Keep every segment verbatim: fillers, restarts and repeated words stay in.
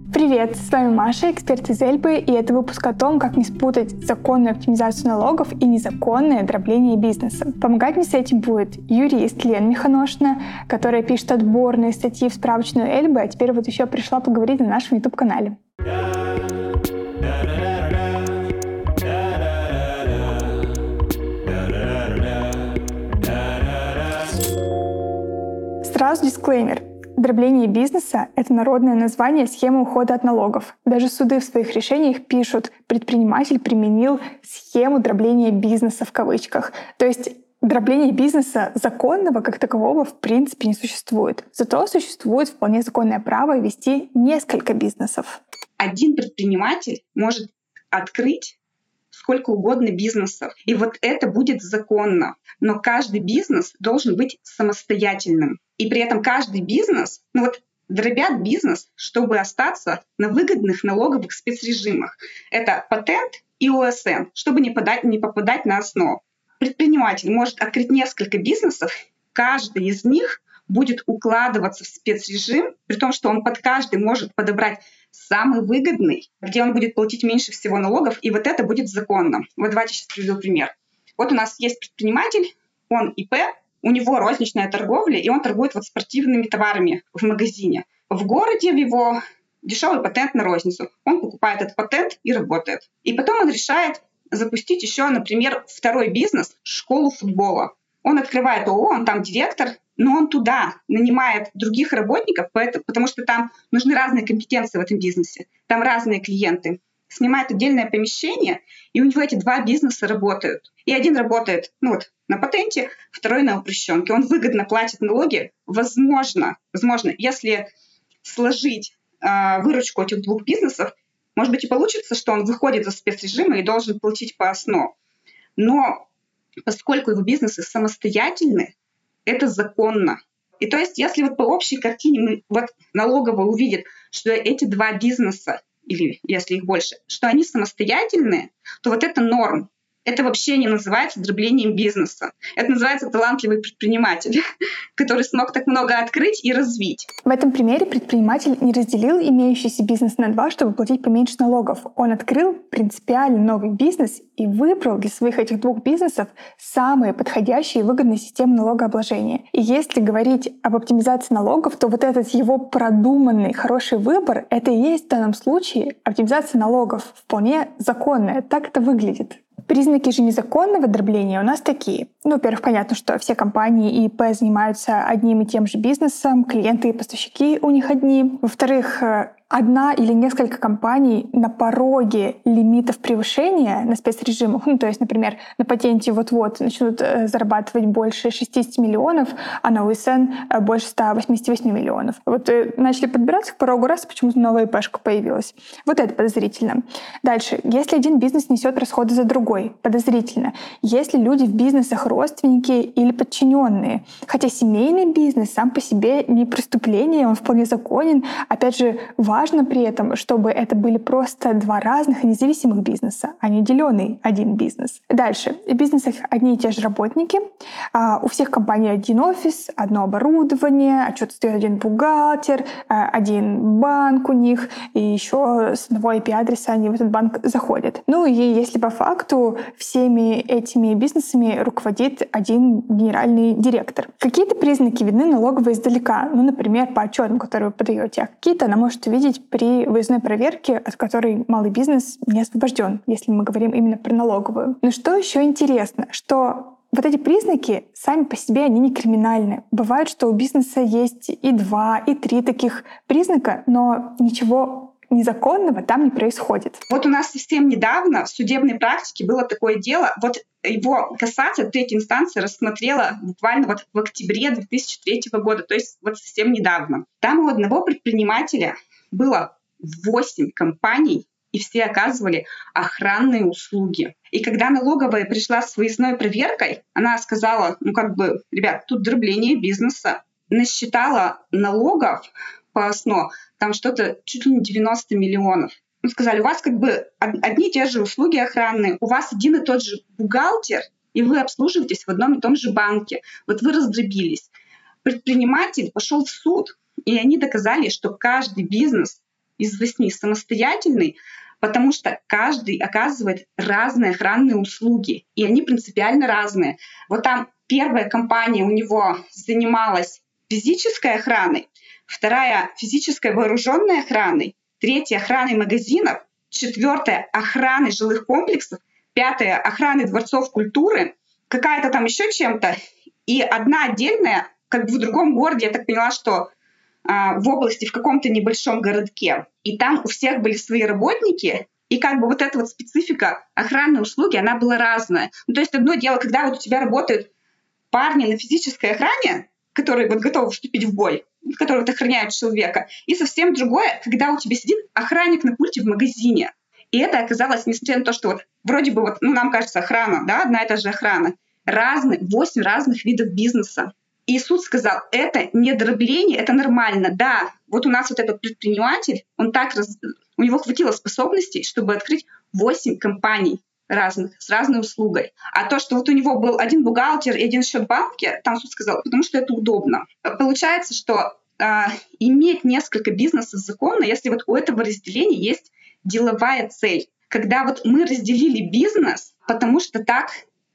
Привет, с вами Маша, эксперт из Эльбы, и это выпуск о том, как не спутать законную оптимизацию налогов и незаконное дробление бизнеса. Помогать мне с этим будет юрист Лена Миханошина, которая пишет отборные статьи в справочную Эльбы, а теперь вот еще пришла поговорить на нашем YouTube-канале. Сразу дисклеймер. Дробление бизнеса — это народное название схемы ухода от налогов. Даже суды в своих решениях пишут: предприниматель применил схему дробления бизнеса в кавычках. То есть дробление бизнеса законного как такового в принципе не существует. Зато существует вполне законное право вести несколько бизнесов. Один предприниматель может открыть сколько угодно бизнесов. И вот это будет законно. Но каждый бизнес должен быть самостоятельным. И при этом каждый бизнес, ну вот дробят бизнес, чтобы остаться на выгодных налоговых спецрежимах. Это патент и О Эс Эн, чтобы не, подать, не попадать на основу. Предприниматель может открыть несколько бизнесов, каждый из них будет укладываться в спецрежим, при том, что он под каждый может подобрать самый выгодный, где он будет платить меньше всего налогов, и вот это будет законно. Вот давайте сейчас приведу пример. Вот у нас есть предприниматель, он И Пэ, у него розничная торговля, и он торгует вот спортивными товарами в магазине. В городе в его дешевый патент на розницу. Он покупает этот патент и работает. И потом он решает запустить еще, например, второй бизнес — школу футбола. Он открывает О О О, он там директор, но он туда нанимает других работников, потому что там нужны разные компетенции в этом бизнесе. Там разные клиенты. Снимает отдельное помещение, и у него эти два бизнеса работают. И один работает ну вот, на патенте, второй на упрощенке. Он выгодно платит налоги. Возможно, возможно, если сложить э, выручку этих двух бизнесов, может быть и получится, что он выходит за спецрежимы и должен платить по основе. Но поскольку его бизнесы самостоятельны, это законно. И то есть, если вот по общей картине мы, вот налоговая увидит, что эти два бизнеса, или если их больше, что они самостоятельные, то вот это норм. Это вообще не называется дроблением бизнеса. Это называется талантливый предприниматель, который смог так много открыть и развить. В этом примере предприниматель не разделил имеющийся бизнес на два, чтобы платить поменьше налогов. Он открыл принципиально новый бизнес и выбрал для своих этих двух бизнесов самые подходящие и выгодные системы налогообложения. И если говорить об оптимизации налогов, то вот этот его продуманный хороший выбор — это и есть в данном случае оптимизация налогов, вполне законная. Так это выглядит. Признаки же незаконного дробления у нас такие. Ну, во-первых, понятно, что все компании и И Пэ занимаются одним и тем же бизнесом, клиенты и поставщики у них одни. Во-вторых, одна или несколько компаний на пороге лимитов превышения на спецрежимах. Ну, то есть, например, на патенте вот-вот начнут зарабатывать больше шестьдесят миллионов, а на О Эс Эн больше ста восьмидесяти восьми миллионов. Вот начали подбираться к порогу, раз, почему-то новая И Пэшка появилась. Вот это подозрительно. Дальше. Если один бизнес несет расходы за другой, подозрительно. Если люди в бизнесах родственники или подчиненные. Хотя семейный бизнес сам по себе не преступление, он вполне законен. Опять же, важно при этом, чтобы это были просто два разных и независимых бизнеса, а не деленный один бизнес. Дальше. В бизнесах одни и те же работники. А у всех компаний один офис, одно оборудование, отчетствует один бухгалтер, один банк у них, и еще с одного ай пи-адреса они в этот банк заходят. Ну и если по факту всеми этими бизнесами руководит один генеральный директор. Какие-то признаки видны налоговой издалека, ну, например, по отчетам, которые вы подаете, а какие-то она может увидеть при выездной проверке, от которой малый бизнес не освобожден, если мы говорим именно про налоговую. Но что еще интересно, что вот эти признаки сами по себе, они не криминальны. Бывает, что у бизнеса есть и два, и три таких признака, но ничего незаконного там не происходит. Вот у нас совсем недавно в судебной практике было такое дело. Вот его кассация третьей инстанции рассмотрела буквально вот в октябре две тысячи третьего года, то есть вот совсем недавно. Там у одного предпринимателя было восемь компаний, и все оказывали охранные услуги. И когда налоговая пришла с выездной проверкой, она сказала, ну как бы, ребят, тут дробление бизнеса. Насчитала налогов по ОСНО, там что-то чуть ли не девяносто миллионов. Мы сказали, у вас как бы одни и те же услуги охранные, у вас один и тот же бухгалтер, и вы обслуживаетесь в одном и том же банке. Вот вы раздробились. Предприниматель пошел в суд, и они доказали, что каждый бизнес из восьми самостоятельный, потому что каждый оказывает разные охранные услуги, и они принципиально разные. Вот там первая компания у него занималась физической охраной, вторая — физической вооруженной охраной, третья — охраной магазинов, четвертая — охраной жилых комплексов, пятая — охраной дворцов культуры, какая-то там еще чем-то, и одна отдельная, как бы в другом городе, я так поняла, что а, в области, в каком-то небольшом городке. И там у всех были свои работники, и как бы вот эта вот специфика охранной услуги, она была разная. Ну, то есть одно дело, когда вот у тебя работают парни на физической охране, которые вот готовы вступить в бой, которые вот охраняют человека, и совсем другое, когда у тебя сидит охранник на пульте в магазине. И это оказалось, несмотря на то, что вот вроде бы вот, ну, нам кажется, охрана, да, одна и та же охрана, разные, восемь разных видов бизнеса. И суд сказал, это не дробление, это нормально. Да, вот у нас вот этот предприниматель, он так раз... у него хватило способностей, чтобы открыть восемь компаний разных, с разной услугой. А то, что вот у него был один бухгалтер и один счет в банке, там суд сказал, потому что это удобно. Получается, что э, иметь несколько бизнесов законно, если вот у этого разделения есть деловая цель. Когда вот мы разделили бизнес, потому что так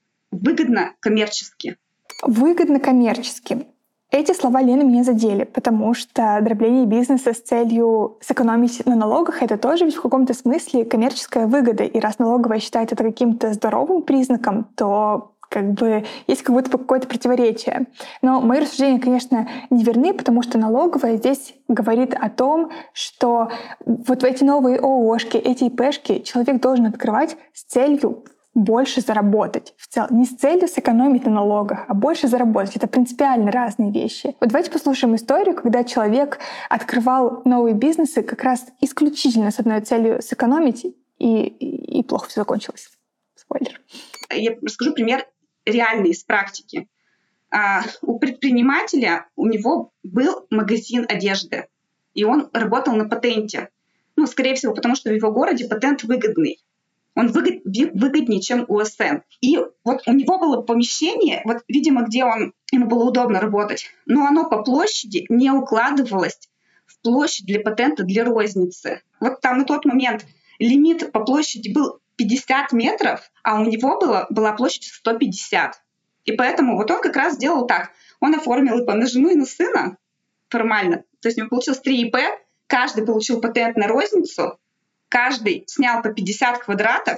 выгодно коммерчески. Выгодно коммерчески. Эти слова Лены меня задели, потому что дробление бизнеса с целью сэкономить на налогах — это тоже ведь в каком-то смысле коммерческая выгода. И раз налоговая считает это каким-то здоровым признаком, то как бы есть как будто бы какое-то противоречие. Но мои рассуждения, конечно, не верны, потому что налоговая здесь говорит о том, что вот в эти новые ООшки, эти ИПшки человек должен открывать с целью больше заработать. В целом, не с целью сэкономить на налогах, а больше заработать. Это принципиально разные вещи. Вот давайте послушаем историю, когда человек открывал новые бизнесы как раз исключительно с одной целью сэкономить, и, и, и плохо все закончилось. Спойлер. Я расскажу пример реальный из практики. А, у предпринимателя, у него был магазин одежды, и он работал на патенте. Ну, скорее всего, потому что в его городе патент выгодный. Он выгод, выгоднее, чем у эс эн. И вот у него было помещение, вот, видимо, где он, ему было удобно работать, но оно по площади не укладывалось в площадь для патента для розницы. Вот там на тот момент лимит по площади был пятьдесят метров, а у него было, была площадь сто пятьдесят. И поэтому вот он как раз сделал так. Он оформил ИП на жену и на сына формально. То есть у него получилось три ИП, каждый получил патент на розницу, каждый снял по пятьдесят квадратов,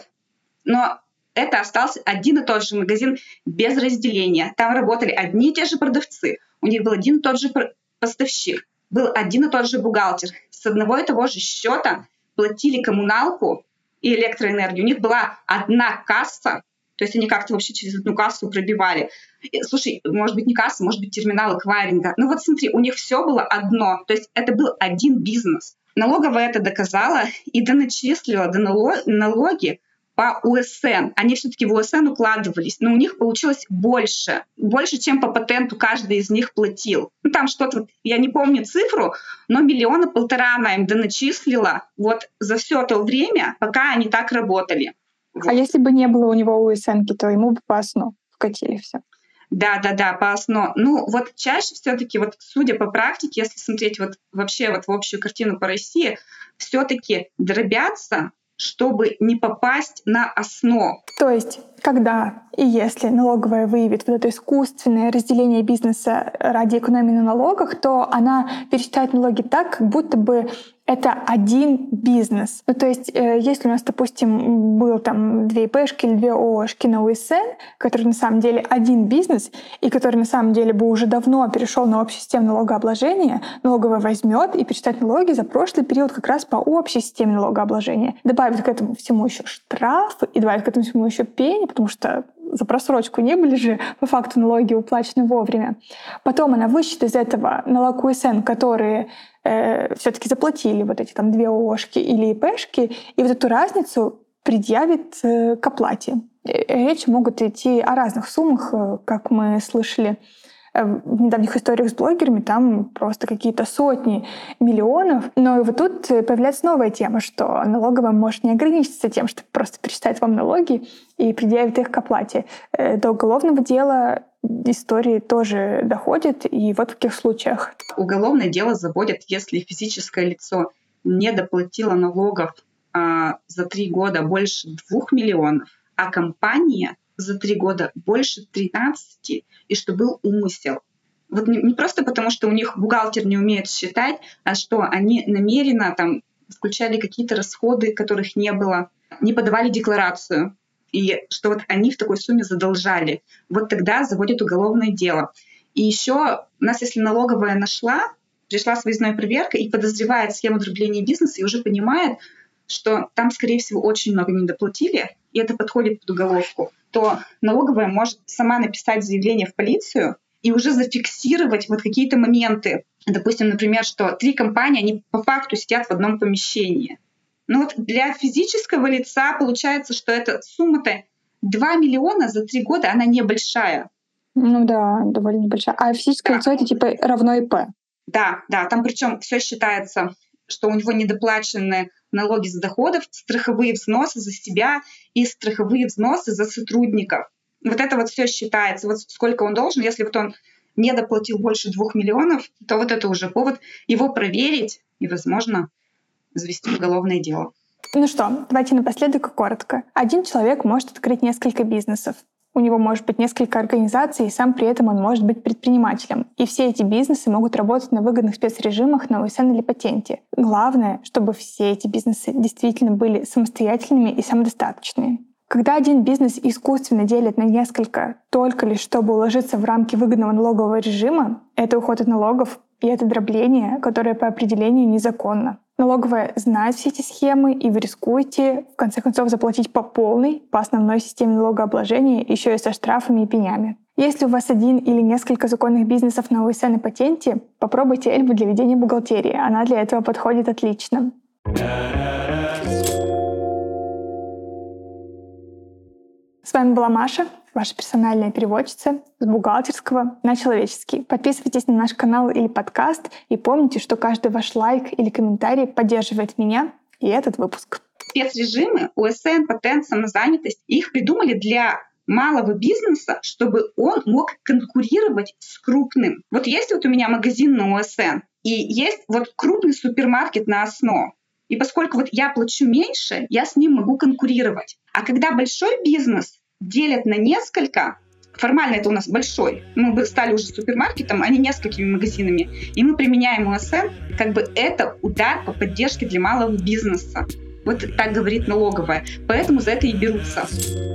но это остался один и тот же магазин без разделения. Там работали одни и те же продавцы, у них был один и тот же поставщик, был один и тот же бухгалтер. С одного и того же счета платили коммуналку и электроэнергию. У них была одна касса, то есть они как-то вообще через одну кассу пробивали. И, слушай, может быть, не касса, может быть, терминал эквайринга. Ну вот смотри, у них все было одно, то есть это был один бизнес. Налоговая это доказала и доначислила до налоги по у эс эн. Они все-таки в у эс эн укладывались, но у них получилось больше. Больше, чем по патенту каждый из них платил. Ну там что-то, я не помню цифру, но миллиона полтора она им доначислила вот за все то время, пока они так работали. Вот. А если бы не было у него у эс эн-ки, то ему бы по ОСНО вкатили все. Да, да, да, по ОСНО. Ну, вот чаще все-таки, вот судя по практике, если смотреть вот вообще вот в общую картину по России, все-таки дробятся, чтобы не попасть на ОСНО. То есть, когда и если налоговая выявит вот это искусственное разделение бизнеса ради экономии на налогах, то она пересчитает налоги так, как будто бы это один бизнес. Ну, то есть, э, если у нас, допустим, был там две ИПшки или две ООшки на у эс эн, который на самом деле один бизнес, и который на самом деле бы уже давно перешел на общую систему налогообложения, налоговая возьмет и пересчитает налоги за прошлый период как раз по общей системе налогообложения. Добавит к этому всему еще штрафы и добавит к этому всему еще пени, потому что за просрочку не были же по факту налоги уплачены вовремя. Потом она высчитает из этого налог у эс эн, которые э, все-таки заплатили вот эти там две ООшки или ИПшки, и вот эту разницу предъявит э, к оплате. Речь могут идти о разных суммах, э, как мы слышали в недавних историях с блогерами, там просто какие-то сотни миллионов. Но и вот тут появляется новая тема, что налоговая может не ограничиться тем, что просто пересчитает вам налоги и предъявит их к оплате. До уголовного дела истории тоже доходят, и вот в таких случаях. Уголовное дело заводят, если физическое лицо не доплатила налогов а, за три года больше двух миллионов, а компания за три года больше тринадцати, и что был умысел. Вот не, не просто потому, что у них бухгалтер не умеет считать, а что они намеренно там включали какие-то расходы, которых не было, не подавали декларацию, и что вот они в такой сумме задолжали. Вот тогда заводят уголовное дело. И еще у нас, если налоговая нашла, пришла с выездной проверкой и подозревает схему дробления бизнеса, и уже понимает, что там, скорее всего, очень много недоплатили, и это подходит под уголовку, то налоговая может сама написать заявление в полицию и уже зафиксировать вот какие-то моменты. Допустим, например, что три компании, они по факту сидят в одном помещении. Ну вот для физического лица получается, что эта сумма-то два миллиона за три года, она небольшая. Ну да, довольно большая. А физическое Да. лицо — это типа равно ИП? Да, да, там причем все считается, что у него недоплачены налоги с доходов, страховые взносы за себя и страховые взносы за сотрудников. Вот это вот все считается. Вот сколько он должен, если вот он не доплатил больше двух миллионов, то вот это уже повод его проверить и, возможно, завести уголовное дело. Ну что, давайте напоследок коротко. Один человек может открыть несколько бизнесов. У него может быть несколько организаций, и сам при этом он может быть предпринимателем. И все эти бизнесы могут работать на выгодных спецрежимах на ОСН или патенте. Главное, чтобы все эти бизнесы действительно были самостоятельными и самодостаточными. Когда один бизнес искусственно делит на несколько только лишь чтобы уложиться в рамки выгодного налогового режима, это уход от налогов и это дробление, которое по определению незаконно. Налоговая знает все эти схемы, и вы рискуете, в конце концов, заплатить по полной, по основной системе налогообложения, еще и со штрафами и пенями. Если у вас один или несколько законных бизнесов на ОСН и патенте, попробуйте Эльбу для ведения бухгалтерии. Она для этого подходит отлично. С вами была Маша, ваша персональная переводчица с бухгалтерского на человеческий. Подписывайтесь на наш канал или подкаст и помните, что каждый ваш лайк или комментарий поддерживает меня и этот выпуск. Спецрежимы, ОСН, патент, самозанятость, их придумали для малого бизнеса, чтобы он мог конкурировать с крупным. Вот есть вот у меня магазин на ОСН, и есть вот крупный супермаркет на ОСНО. И поскольку вот я плачу меньше, я с ним могу конкурировать. А когда большой бизнес делят на несколько, формально это у нас большой, мы бы стали уже супермаркетом, а не несколькими магазинами, и мы применяем ОСН, как бы это удар по поддержке для малого бизнеса. Вот так говорит налоговая. Поэтому за это и берутся.